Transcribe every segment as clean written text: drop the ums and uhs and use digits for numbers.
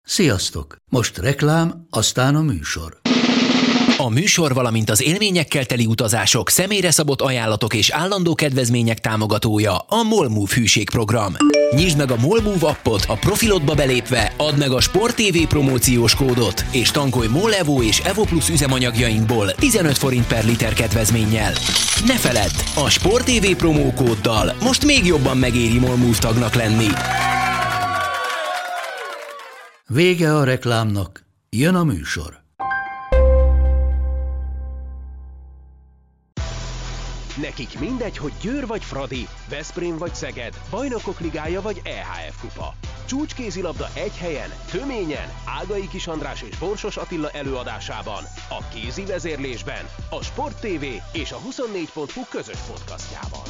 Sziasztok! Most reklám, aztán a műsor. A műsor, valamint az élményekkel teli utazások, személyre szabott ajánlatok és állandó kedvezmények támogatója a MOL Move hűségprogram. Nyisd meg a MOL Move appot, a profilodba belépve add meg a Sport TV promóciós kódot, és tankolj MOL Evo és Evo Plus üzemanyagjainkból 15 forint per liter kedvezménnyel. Ne feledd, a Sport TV promókóddal most még jobban megéri MOL Move tagnak lenni. Vége a reklámnak, jön a műsor. Nekik mindegy, hogy Győr vagy Fradi, Veszprém vagy Szeged, Bajnokok Ligája vagy EHF Kupa. Csúcskézilabda egy helyen, töményen, Ágai Kis András és Borsos Attila előadásában, a kézi vezérlésben, a Sport TV és a 24.hu közös podcastjában.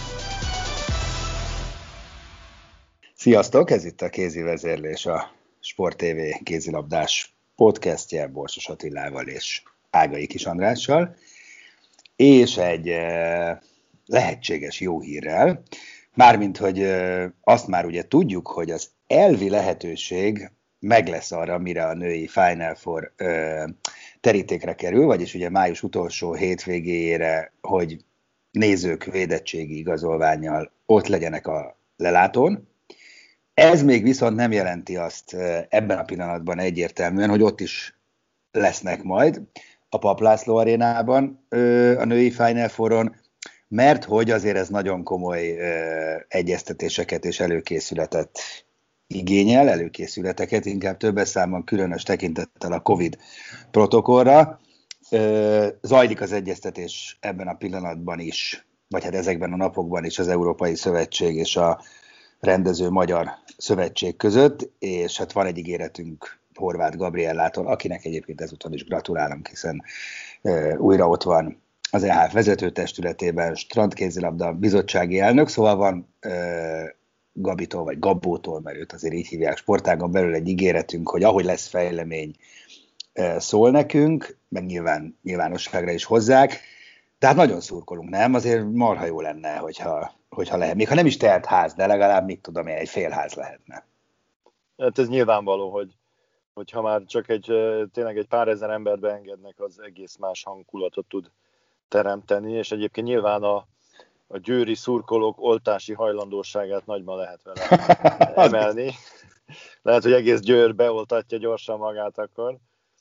Sziasztok, ez itt a kézi vezérlés, a Sport TV kézilabdás podcastje Borsos Attilával és Ágai Kis Andrással, és egy lehetséges jó hírrel, mármint, hogy azt már ugye tudjuk, hogy az elvi lehetőség meg lesz arra, mire a női Final Four terítékre kerül, vagyis ugye május utolsó hétvégéjére, hogy nézők védettségi igazolvánnyal ott legyenek a lelátón. Ez még viszont nem jelenti azt ebben a pillanatban egyértelműen, hogy ott is lesznek majd a Papp László arénában a női Final Fouron, mert hogy azért ez nagyon komoly egyeztetéseket és előkészületet igényel, előkészületeket, inkább többes számban különös tekintettel a Covid protokollra. Zajlik az egyeztetés ebben a pillanatban is, vagy hát ezekben a napokban is az Európai Szövetség és a rendező Magyar Szövetség között, és hát van egy ígéretünk Horváth Gabriellától, akinek egyébként ezúton is gratulálunk, hiszen újra ott van az EHF vezetőtestületében, strandkézilabda bizottsági elnök, szóval van Gabitól, vagy Gabbótól, mert őt azért így hívják sportágon belül, egy ígéretünk, hogy ahogy lesz fejlemény, szól nekünk, meg nyilvánosságra is hozzák. Tehát nagyon szurkolunk, nem? Azért marha jó lenne, hogyha lehet. Még ha nem is telt ház, de legalább mit tudom én, egy fél ház lehetne. Hát ez nyilvánvaló, hogy ha már csak tényleg egy pár ezer embert beengednek, az egész más hangulatot tud teremteni, és egyébként nyilván a győri szurkolók oltási hajlandóságát nagyban lehet vele emelni. Lehet, hogy egész Győr beoltatja gyorsan magát akkor,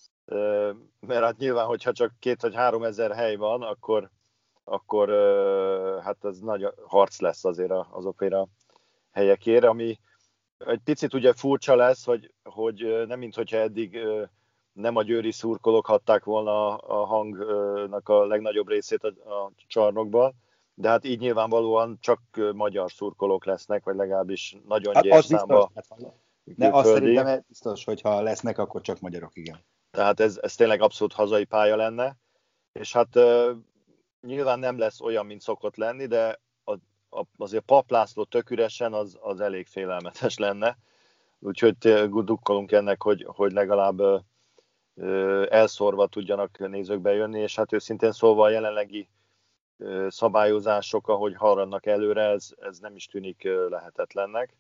mert hát nyilván, hogyha csak 2 vagy 3 ezer hely van, akkor hát ez nagy harc lesz azért az opéra helyekért, ami egy picit ugye furcsa lesz, hogy nem minthogyha eddig nem a győri szurkolók hatták volna a hangnak a legnagyobb részét a csarnokban, de hát így nyilvánvalóan csak magyar szurkolók lesznek, vagy legalábbis nagyon gyér számba. De azt szerintem biztos, hogy ha lesznek, akkor csak magyarok, igen. Tehát ez tényleg abszolút hazai pálya lenne, és hát nyilván nem lesz olyan, mint szokott lenni, de azért Papp László tök üresen az elég félelmetes lenne. Úgyhogy drukkolunk ennek, hogy legalább elszórva tudjanak nézők bejönni, és hát őszintén szólva a jelenlegi szabályozások, ahogy haladnak előre, ez nem is tűnik lehetetlennek.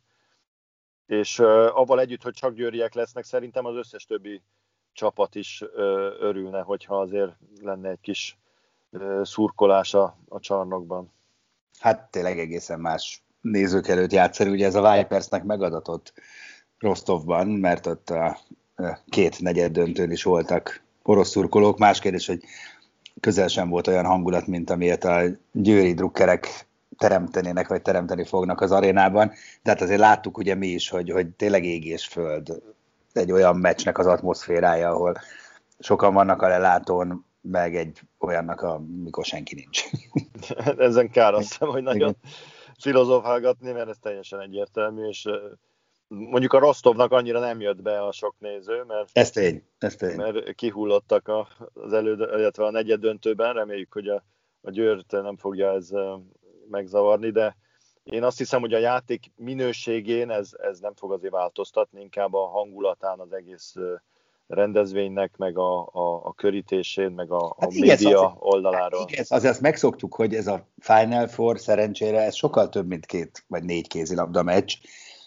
És avval együtt, hogy csak győriek lesznek, szerintem az összes többi csapat is örülne, hogyha azért lenne egy kis szurkolás a csarnokban. Hát tényleg egészen más nézők előtt játszani. Ugye ez a Vipersnek megadatott Rostovban, mert ott a 2 negyed döntőn is voltak orosz szurkolók. Más kérdés, hogy közel sem volt olyan hangulat, mint amilyet a győri drukkerek teremtenének, vagy teremteni fognak az arénában. De hát azért láttuk ugye mi is, hogy tényleg ég és föld egy olyan meccsnek az atmoszférája, ahol sokan vannak a lelátón, meg egy olyannak, amikor senki nincs. Ezen kár azt hiszem, hogy nagyon filozofálgatni, mert ez teljesen egyértelmű, és mondjuk a Rostovnak annyira nem jött be a sok néző, mert, ez tény. Mert kihullottak illetve a negyed döntőben, reméljük, hogy a Győrt nem fogja ez megzavarni, de én azt hiszem, hogy a játék minőségén ez nem fog azért változtatni, inkább a hangulatán az egész rendezvénynek, meg a körítésén, meg a média oldaláról. Igen, azért azt megszoktuk, hogy ez a Final Four szerencsére ez sokkal több, mint 2 vagy 4 kézilabda meccs,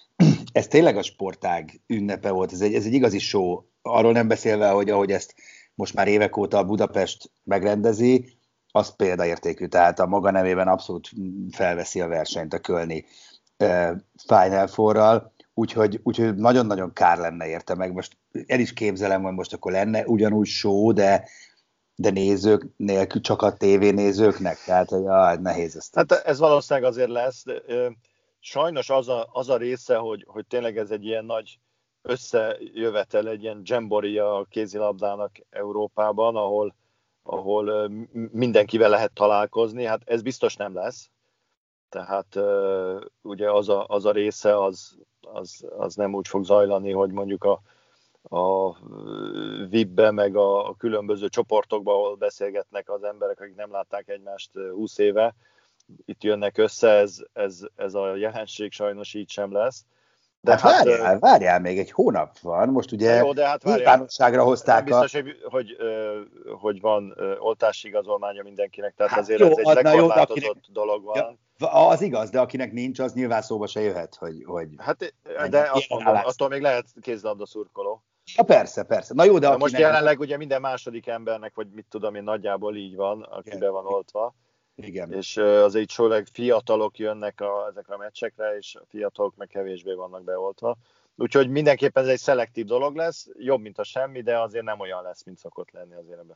ez tényleg a sportág ünnepe volt, ez egy igazi show, arról nem beszélve, hogy ahogy ezt most már évek óta a Budapest megrendezi, az példaértékű, tehát a maga nevében abszolút felveszi a versenyt a kölni Final Four-ral, úgyhogy nagyon-nagyon kár lenne érte meg. Most el is képzelem, hogy most akkor lenne ugyanúgy show, de nézők nélkül, csak a tévénézőknek, tehát nehéz ezt. Hát ez valószínűleg azért lesz, de sajnos az a része, hogy tényleg ez egy ilyen nagy összejövetel, egy ilyen jamboree a kézilabdának Európában, ahol mindenkivel lehet találkozni, hát ez biztos nem lesz. Tehát ugye az a része az nem úgy fog zajlani, hogy mondjuk a VIP-be, meg a különböző csoportokban, ahol beszélgetnek az emberek, akik nem látták egymást 20 éve, itt jönnek össze, ez a jelenség sajnos így sem lesz. De várjál, még egy hónap van, most ugye jó, de hát nyilvánosságra hozták. Nem biztos, hogy van oltási igazolmánya mindenkinek, tehát azért jó, ez egy legkorlátozott dolog van. Az igaz, de akinek nincs, az nyilván szóba se jöhet, hogy hát, de azt mondom, attól még lehet kézilabda szurkoló. Ja, persze. Na jó, de akinek... most jelenleg ugye minden második embernek, vagy mit tudom én, nagyjából így van, aki be van oltva. Igen. És azért főleg fiatalok jönnek ezekre a meccsekre, és a fiatalok meg kevésbé vannak beoltva. Úgyhogy mindenképpen ez egy szelektív dolog lesz, jobb, mint a semmi, de azért nem olyan lesz, mint szokott lenni azért ebben.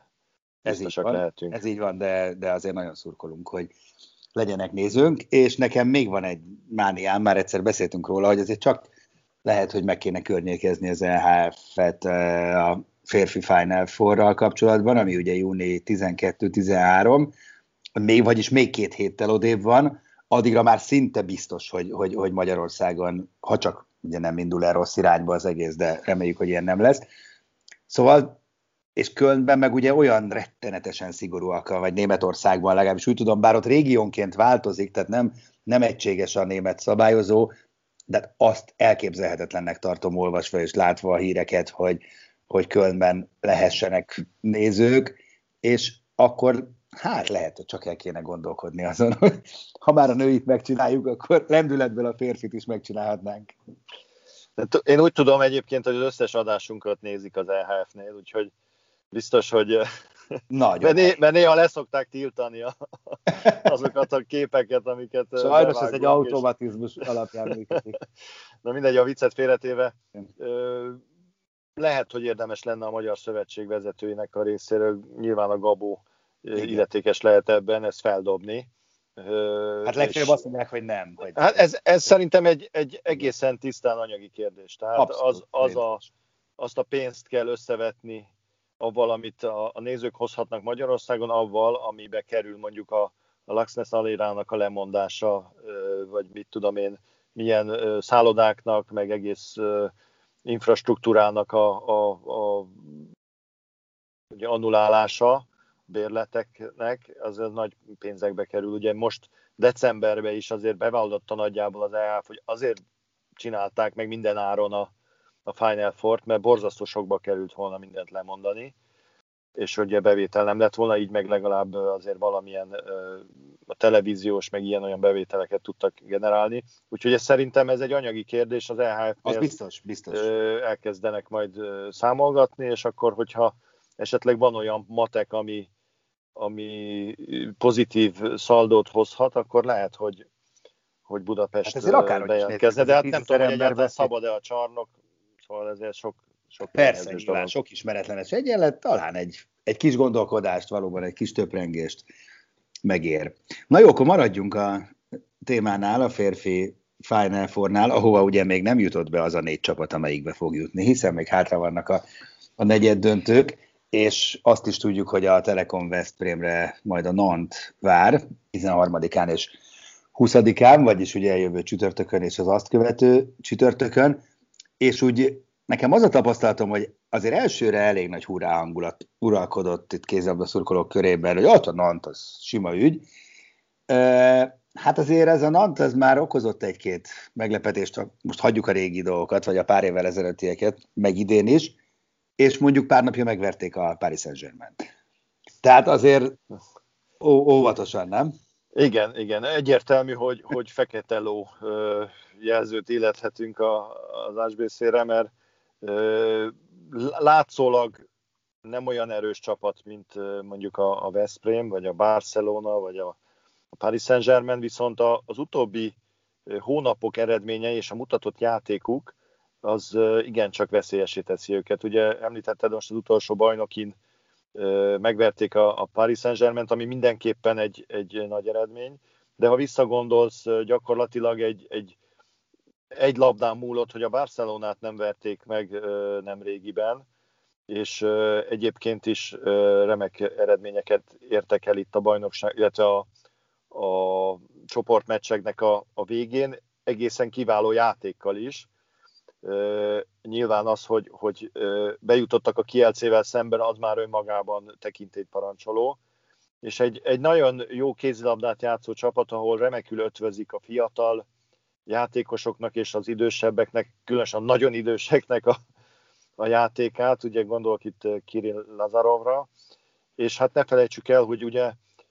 Ez így van, de azért nagyon szurkolunk, hogy legyenek nézőnk, és nekem még van egy mániám, már egyszer beszéltünk róla, hogy azért csak lehet, hogy meg kéne környékezni az EHF-et a férfi Final Four-ral kapcsolatban, ami ugye júni 12-13, vagyis még 2 héttel odébb van, addigra már szinte biztos, hogy Magyarországon, ha csak ugye nem indul el rossz irányba az egész, de reméljük, hogy ilyen nem lesz. Szóval, és Kölnben meg ugye olyan rettenetesen szigorúak, vagy Németországban legalábbis úgy tudom, bár ott régiónként változik, tehát nem egységes a német szabályozó, de azt elképzelhetetlennek tartom olvasva és látva a híreket, hogy Kölnben lehessenek nézők, és akkor hát lehet, hogy csak el kéne gondolkodni azon, hogy ha már a nőit megcsináljuk, akkor lendületből a férfit is megcsinálhatnánk. Én úgy tudom egyébként, hogy az összes adásunkat nézik az EHF-nél, úgyhogy biztos, hogy mert néha leszokták tiltani azokat a képeket, amiket sajnos ez egy automatizmus alapján működik. Na mindegy, a viccet félretéve. Lehet, hogy érdemes lenne a Magyar Szövetség vezetőinek a részéről, nyilván a Gabó illetékes lehet ebben ezt feldobni. Hát legfeljebb azt mondják, hogy nem. Hát ez szerintem egy egészen tisztán anyagi kérdés. Tehát azt a pénzt kell összevetni avval, amit a nézők hozhatnak Magyarországon, avval, amibe kerül mondjuk a Laxness Arénának a lemondása, vagy mit tudom én, milyen szállodáknak, meg egész infrastruktúrának a ugye annulálása, bérleteknek, az nagy pénzekbe kerül. Ugye most decemberben is azért bevallotta nagyjából az EHF, hogy azért csinálták meg minden áron a Final Four-t, mert borzasztó sokba került volna mindent lemondani, és ugye bevétel nem lett volna, így meg legalább azért valamilyen a televíziós, meg ilyen-olyan bevételeket tudtak generálni. Úgyhogy szerintem ez egy anyagi kérdés, az EHF-nél biztos. Elkezdenek majd számolgatni, és akkor, hogyha esetleg van olyan matek, ami pozitív szaldót hozhat, akkor lehet, hogy Budapest bejelentkezne, de hát nem tudom, hogy egyáltalán szabad-e a csarnok, szóval ezért sok persze, nyilván sok ismeretlenes egyenlet, talán egy kis gondolkodást, valóban egy kis töprengést megér. Na jó, akkor maradjunk a témánál, a férfi Final Four-nál, ahova ugye még nem jutott be az a 4 csapat, amelyikbe fog jutni, hiszen még hátra vannak a negyed döntők, és azt is tudjuk, hogy a Telekom Veszprémre majd a Nantes vár 13-án és 20-án, vagyis ugye eljövő csütörtökön és az azt követő csütörtökön, és úgy nekem az a tapasztalatom, hogy azért elsőre elég nagy hurrá hangulat uralkodott itt kézilabda szurkolók körében, hogy ott a Nantes, az sima ügy. Hát azért ez a Nantes már okozott egy-két meglepetést, most hagyjuk a régi dolgokat, vagy a pár évvel ezelőttieket, meg idén is, és mondjuk pár napja megverték a Paris Saint-Germaint. Tehát azért óvatosan, nem? Igen, egyértelmű, hogy fekete ló jelzőt illethetünk az HSBC-re, mert látszólag nem olyan erős csapat, mint mondjuk a Veszprém, vagy a Barcelona, vagy a Paris Saint-Germain, viszont az utóbbi hónapok eredménye és a mutatott játékuk az igencsak veszélyessé teszi őket. Ugye említetted most az utolsó bajnokin megverték a Paris Saint-Germaint, ami mindenképpen egy nagy eredmény, de ha visszagondolsz, gyakorlatilag egy labdán múlott, hogy a Barcelonát nem verték meg nem régiben, és egyébként is remek eredményeket értek el itt a bajnokság, illetve a csoportmeccseknek a végén, egészen kiváló játékkal is. Nyilván az, hogy bejutottak a Kielcével szemben, az már önmagában tekintélyparancsoló, és egy nagyon jó kézilabdát játszó csapat, ahol remekül ötvözik a fiatal játékosoknak és az idősebbeknek, különösen nagyon időseknek a játékát, ugye gondolok itt Kirill Lazarovra, és hát ne felejtsük el, hogy ugye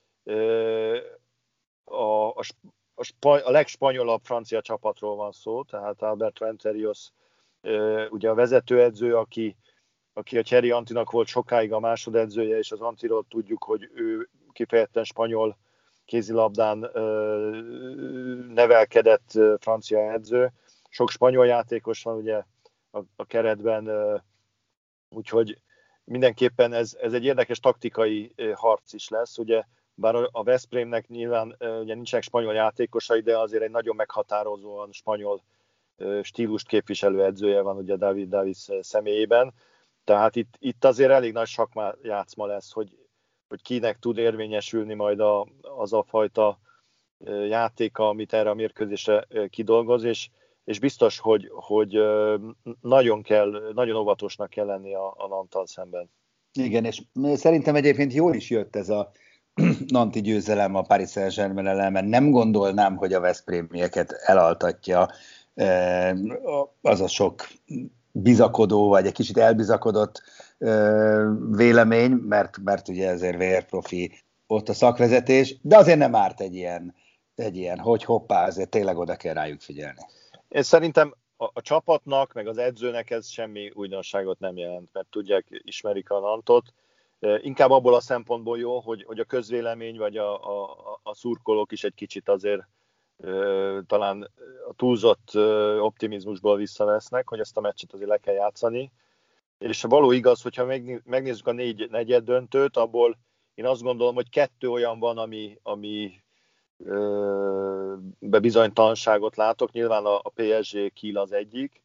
a legspanyolabb francia csapatról van szó, tehát Albert Renterios ugye a vezetőedző, aki a Thierry Antinak volt sokáig a másodedzője, és az Antiról tudjuk, hogy ő kifejezetten spanyol kézilabdán nevelkedett francia edző. Sok spanyol játékos van ugye a keretben, úgyhogy mindenképpen ez egy érdekes taktikai harc is lesz. Ugye, bár a Veszprémnek nyilván ugye nincsenek spanyol játékosai, de azért egy nagyon meghatározóan spanyol stílust képviselő edzője van ugye David Davis személyében. Tehát itt azért elég nagy sakkjátszma lesz, hogy kinek tud érvényesülni majd az a fajta játéka, amit erre a mérkőzésre kidolgoz, és biztos, hogy nagyon óvatosnak kell lenni a Nantal szemben. Igen, és szerintem egyébként jól is jött ez a nanti győzelem a Paris Saint-Germain ellen, mert nem gondolnám, hogy a veszprémieket elaltatja az a sok bizakodó, vagy egy kicsit elbizakodott vélemény, mert ugye ezért vérprofi ott a szakvezetés, de azért nem árt egy ilyen hogy hoppá, azért tényleg oda kell rájuk figyelni. Én szerintem a csapatnak, meg az edzőnek ez semmi újdonságot nem jelent, mert tudják, ismerik a Nantot. Inkább abból a szempontból jó, hogy a közvélemény, vagy a szurkolók is egy kicsit azért talán a túlzott optimizmusból visszavesznek, hogy ezt a meccset azért le kell játszani. És való igaz, hogyha megnézzük a 4 negyed döntőt, abból én azt gondolom, hogy 2 olyan van, ami bizonytalanságot látok. Nyilván a PSG Kiel az egyik,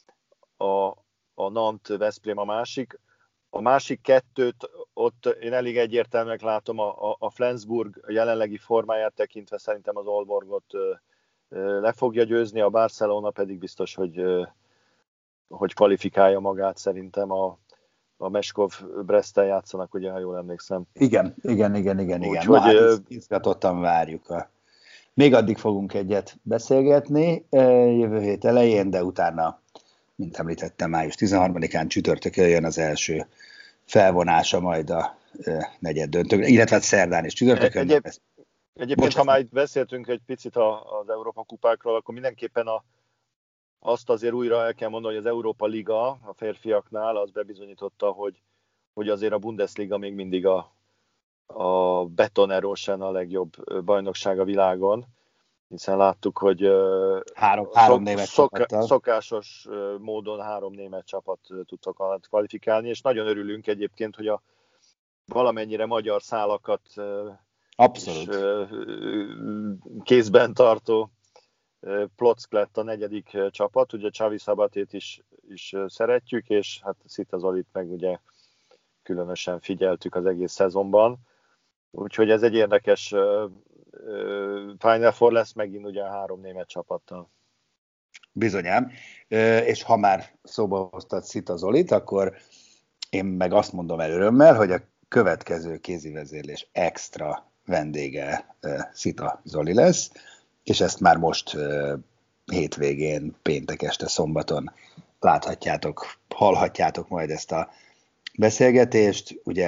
a Nantes Veszprém a másik. A másik 2 ott én elég egyértelműen látom, a Flensburg jelenlegi formáját tekintve szerintem az Aalborgot le fogja győzni, a Barcelona pedig biztos, hogy kvalifikálja magát, szerintem a Meskov Brest-tel játszanak, ugye, ha jól emlékszem. Igen. Úgyhogy izgatottan várjuk. Még addig fogunk egyet beszélgetni jövő hét elején, de utána, mint említettem, május 13-án csütörtökön jön az első felvonása majd a negyed döntőkre, illetve szerdán és csütörtökön. Egyébként, ha már itt beszéltünk egy picit az Európa kupákról, akkor mindenképpen azt azért újra el kell mondani, hogy az Európa Liga a férfiaknál az bebizonyította, hogy azért a Bundesliga még mindig a betonerosen a legjobb bajnokság a világon, hiszen láttuk, hogy három német szokásos módon 3 német csapat tudtak kvalifikálni, és nagyon örülünk egyébként, hogy a valamennyire magyar szálakat abszolút kézben tartó Plock lett a 4. csapat, ugye Xavi Szabatét is szeretjük, és hát Szita Zolit meg ugye különösen figyeltük az egész szezonban. Úgyhogy ez egy érdekes Final Four lesz megint ugye a 3 német csapattal. Bizonyám, és ha már szóba hoztad Szita Zolit, akkor én meg azt mondom el örömmel, hogy a következő kézivezérlés extra vendége Szita Zoli lesz, és ezt már most hétvégén, péntek este, szombaton láthatjátok, hallhatjátok majd ezt a beszélgetést. Ugye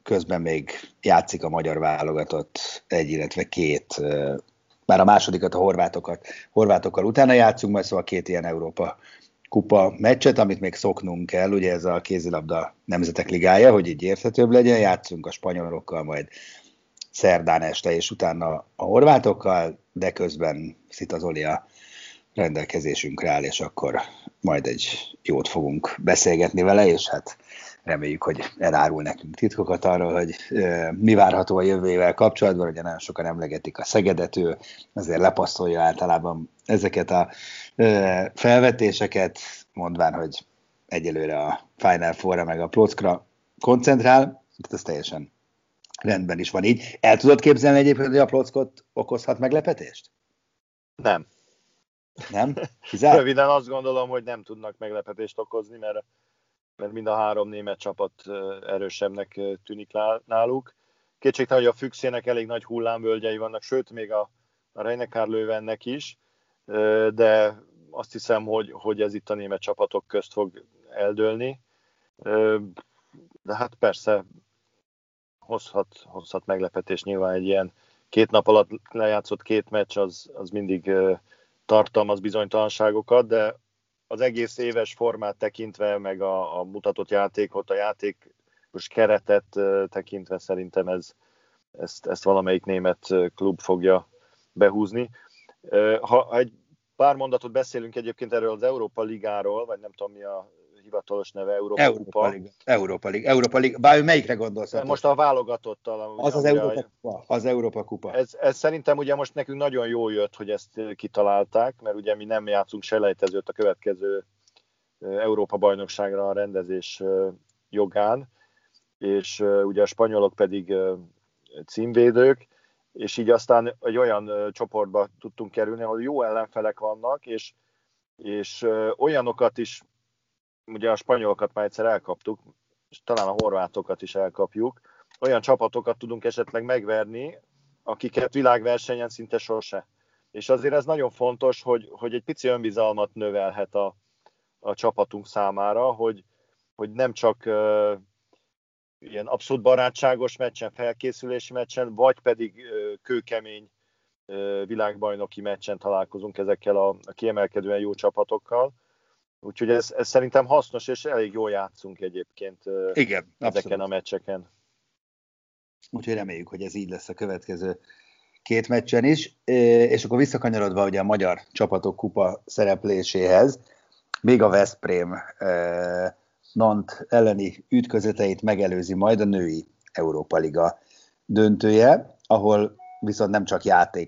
közben még játszik a magyar válogatott egy, illetve két, már a másodikat a horvátokkal utána játszunk, majd szóval két ilyen Európa kupa meccset, amit még szoknunk kell, ugye ez a kézilabda nemzetek ligája, hogy így érthetőbb legyen, játszunk a spanyolokkal majd szerdán este, és utána a horvátokkal, de közben Szita Zoli a rendelkezésünkre áll, és akkor majd egy jót fogunk beszélgetni vele, és hát reméljük, hogy elárul nekünk titkokat arról, hogy mi várható a jövővel kapcsolatban, ugye nagyon sokan emlegetik a Szegedet, ő azért lepasztolja általában ezeket a felvetéseket, mondván, hogy egyelőre a Final Four-ra meg a Plockra koncentrál, tehát ez teljesen rendben is van így. El tudod képzelni egyébként, hogy a Plockot okozhat meglepetést? Nem. Nem? Röviden azt gondolom, hogy nem tudnak meglepetést okozni, mert mind a három német csapat erősebbnek tűnik náluk. Kétségtelen, hogy a Füchsének elég nagy hullámvölgyei vannak, sőt, még a Rhein-Neckar Löwennek is, de azt hiszem, hogy ez itt a német csapatok közt fog eldőlni. De hát persze hozhat meglepetést, nyilván egy ilyen 2 nap alatt lejátszott 2 meccs, az mindig tartalmaz bizonytalanságokat, de az egész éves formát tekintve, meg a mutatott játékot, a játékos keretet tekintve szerintem ezt valamelyik német klub fogja behúzni. Ha egy pár mondatot beszélünk egyébként erről az Európa Ligáról, vagy nem tudom mi a hivatalos neve, Európa Liga. Bár melyikre gondolsz? Most a válogatottal. Az Európa Kupa. Ez szerintem ugye most nekünk nagyon jól jött, hogy ezt kitalálták, mert ugye mi nem játszunk selejtezőt a következő Európa bajnokságra a rendezés jogán, és ugye a spanyolok pedig címvédők, és így aztán egy olyan csoportba tudtunk kerülni, ahol jó ellenfelek vannak, és olyanokat is, ugye a spanyolokat már egyszer elkaptuk, és talán a horvátokat is elkapjuk, olyan csapatokat tudunk esetleg megverni, akiket világversenyen szinte sose. És azért ez nagyon fontos, hogy egy pici önbizalmat növelhet a csapatunk számára, hogy nem csak ilyen abszolút barátságos meccsen, felkészülési meccsen, vagy pedig kőkemény világbajnoki meccsen találkozunk ezekkel a kiemelkedően jó csapatokkal. Úgyhogy ez szerintem hasznos, és elég jól játszunk egyébként. Igen, ezeken a meccseken. Úgyhogy reméljük, hogy ez így lesz a következő 2 meccsen is. És akkor visszakanyarodva ugye a magyar csapatok kupa szerepléséhez, még a Veszprém Nant elleni ütközeteit megelőzi majd a női Európa Liga döntője, ahol viszont nem csak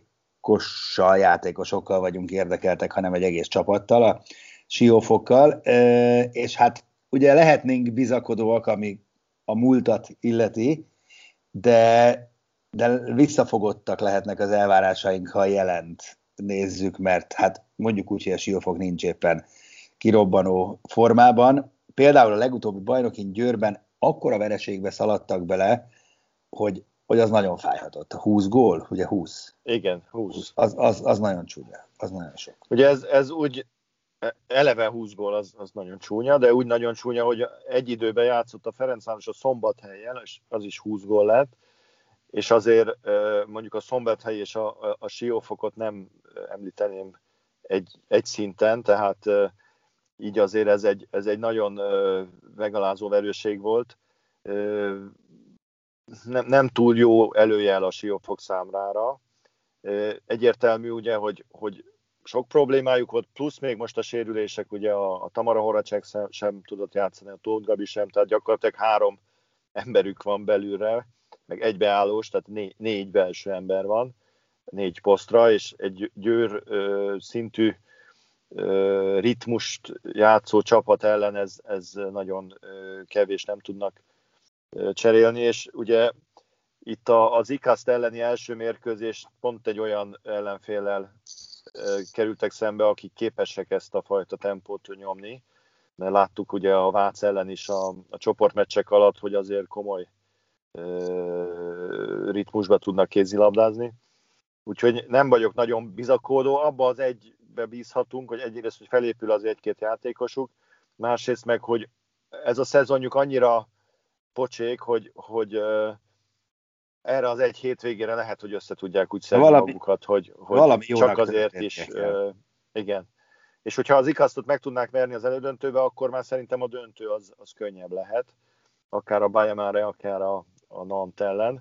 játékosokkal vagyunk érdekeltek, hanem egy egész csapattal, a Siófokkal, és hát ugye lehetnénk bizakodóak, ami a múltat illeti, de visszafogottak lehetnek az elvárásaink, ha jelent nézzük, mert hát mondjuk úgy, hogy a Siófok nincs éppen kirobbanó formában. Például a legutóbbi bajnokin Győrben akkora vereségbe szaladtak bele, hogy az nagyon fájhatott. A 20 gól, ugye 20? Igen, 20. Az nagyon csúnya, az nagyon sok. Ugye ez úgy, eleve 20 gól az nagyon csúnya, de úgy nagyon csúnya, hogy egy időben játszott a Ferencváros a Szombathelyen, és az is 20 gól lett, és azért mondjuk a Szombathely és a Siófokot nem említeném egy szinten, tehát így azért ez egy nagyon megalázó verőség volt. Nem túl jó előjel a Siófok számára. Egyértelmű ugye, hogy sok problémájuk volt, plusz még most a sérülések, ugye a Tamara Horacek sem tudott játszani, a Tóth Gabi sem, tehát gyakorlatilag 3 emberük van belülre, meg egy beállós, tehát 4 belső ember van, 4 posztra, és egy Győr szintű ritmust játszó csapat ellen ez nagyon kevés, nem tudnak cserélni, és ugye itt az ICAST elleni első mérkőzés pont egy olyan ellenféllel kerültek szembe, akik képesek ezt a fajta tempót nyomni, mert láttuk ugye a Vác ellen is a csoportmeccsek alatt, hogy azért komoly ritmusba tudnak kézilabdázni. Úgyhogy nem vagyok nagyon bizakodó, abba az egybe bízhatunk, hogy egyrészt, hogy felépül az 1-2 játékosuk, másrészt meg, hogy ez a szezonjuk annyira pocsék, hogy erre az egy hétvégére lehet, hogy össze tudják úgy szedni magukat, hogy csak azért is. Igen. És hogyha az ikasztot meg tudnák verni az elődöntőbe, akkor már szerintem a döntő az könnyebb lehet. Akár a Bayern-re, akár a Nantes ellen.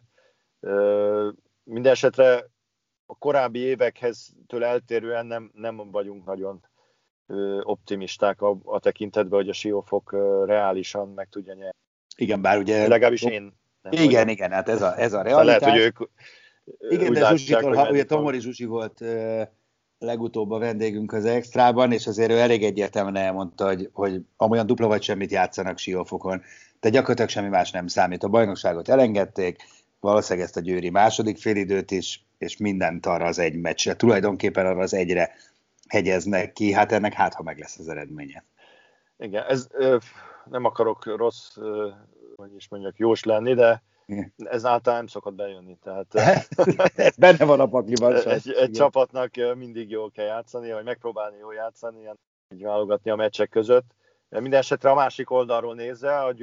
Mindenesetre a korábbi évekhez eltérően nem vagyunk nagyon optimisták a tekintetben, hogy a Siófok reálisan meg tudja nyerni. Igen, bár ugye... Legalábbis én nem igen, vagyok. Igen, hát ez a realitás. Lehet, hogy ők igen, de Zsuzsitól, ugye Tomori Zsuzsi volt legutóbb a vendégünk az Extrában, és azért ő elég egyértelműen elmondta, hogy amolyan dupla vagy semmit játszanak Siófokon, de gyakorlatilag semmi más nem számít. A bajnokságot elengedték, valószínűleg ezt a győri második félidőt is, és mindent arra az egy meccsre, tulajdonképpen arra az egyre hegyeznek ki, hát ennek ha meg lesz az eredménye. Igen, ez nem akarok rossz, hogy is mondjak, jós lenni, de ez általán nem szokott bejönni. Tehát, ez benne van a pakliban. Egy csapatnak mindig jól kell játszani, vagy megpróbálni jól játszani, így válogatni a meccsek között. Minden esetre a másik oldalról nézve, a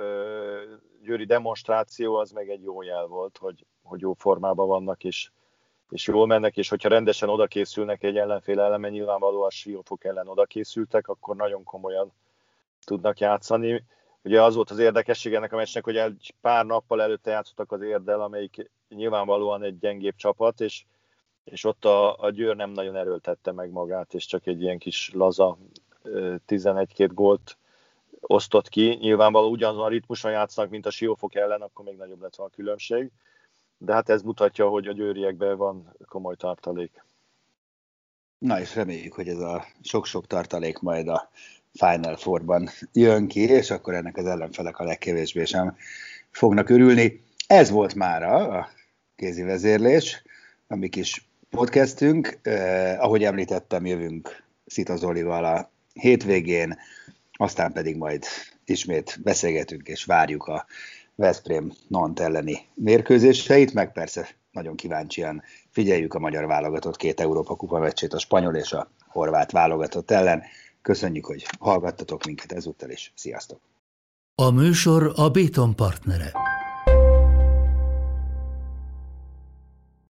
győri demonstráció az meg egy jó jel volt, hogy jó formában vannak, és jól mennek, és hogyha rendesen odakészülnek egy ellenfél ellen, mert nyilvánvalóan Siófok ellen odakészültek, akkor nagyon komolyan tudnak játszani. Ugye az volt az érdekesség ennek a meccsnek, hogy egy pár nappal előtte játszottak az Érddel, amelyik nyilvánvalóan egy gyengébb csapat, és ott a Győr nem nagyon erőltette meg magát, és csak egy ilyen kis laza 11-2 gólt osztott ki. Nyilvánvalóan ugyanazon a ritmuson játszanak, mint a Siófok ellen, akkor még nagyobb lett volna a különbség. De hát ez mutatja, hogy a győriekben van komoly tartalék. Na és reméljük, hogy ez a sok-sok tartalék majd a Final Four-ban jön ki, és akkor ennek az ellenfelek a legkevésbé sem fognak örülni. Ez volt mára a kézi vezérlés, a mi kis podcastünk. Ahogy említettem, jövünk Szita Zolival a hétvégén, aztán pedig majd ismét beszélgetünk és várjuk a Veszprém Nantes elleni mérkőzéseit, meg persze nagyon kíváncsian figyeljük a magyar válogatott 2 Európa-kupa meccsét, a spanyol és a horvát válogatott ellen. Köszönjük, hogy hallgattatok minket ezúttal is. Sziasztok! A műsor a Béton partnere.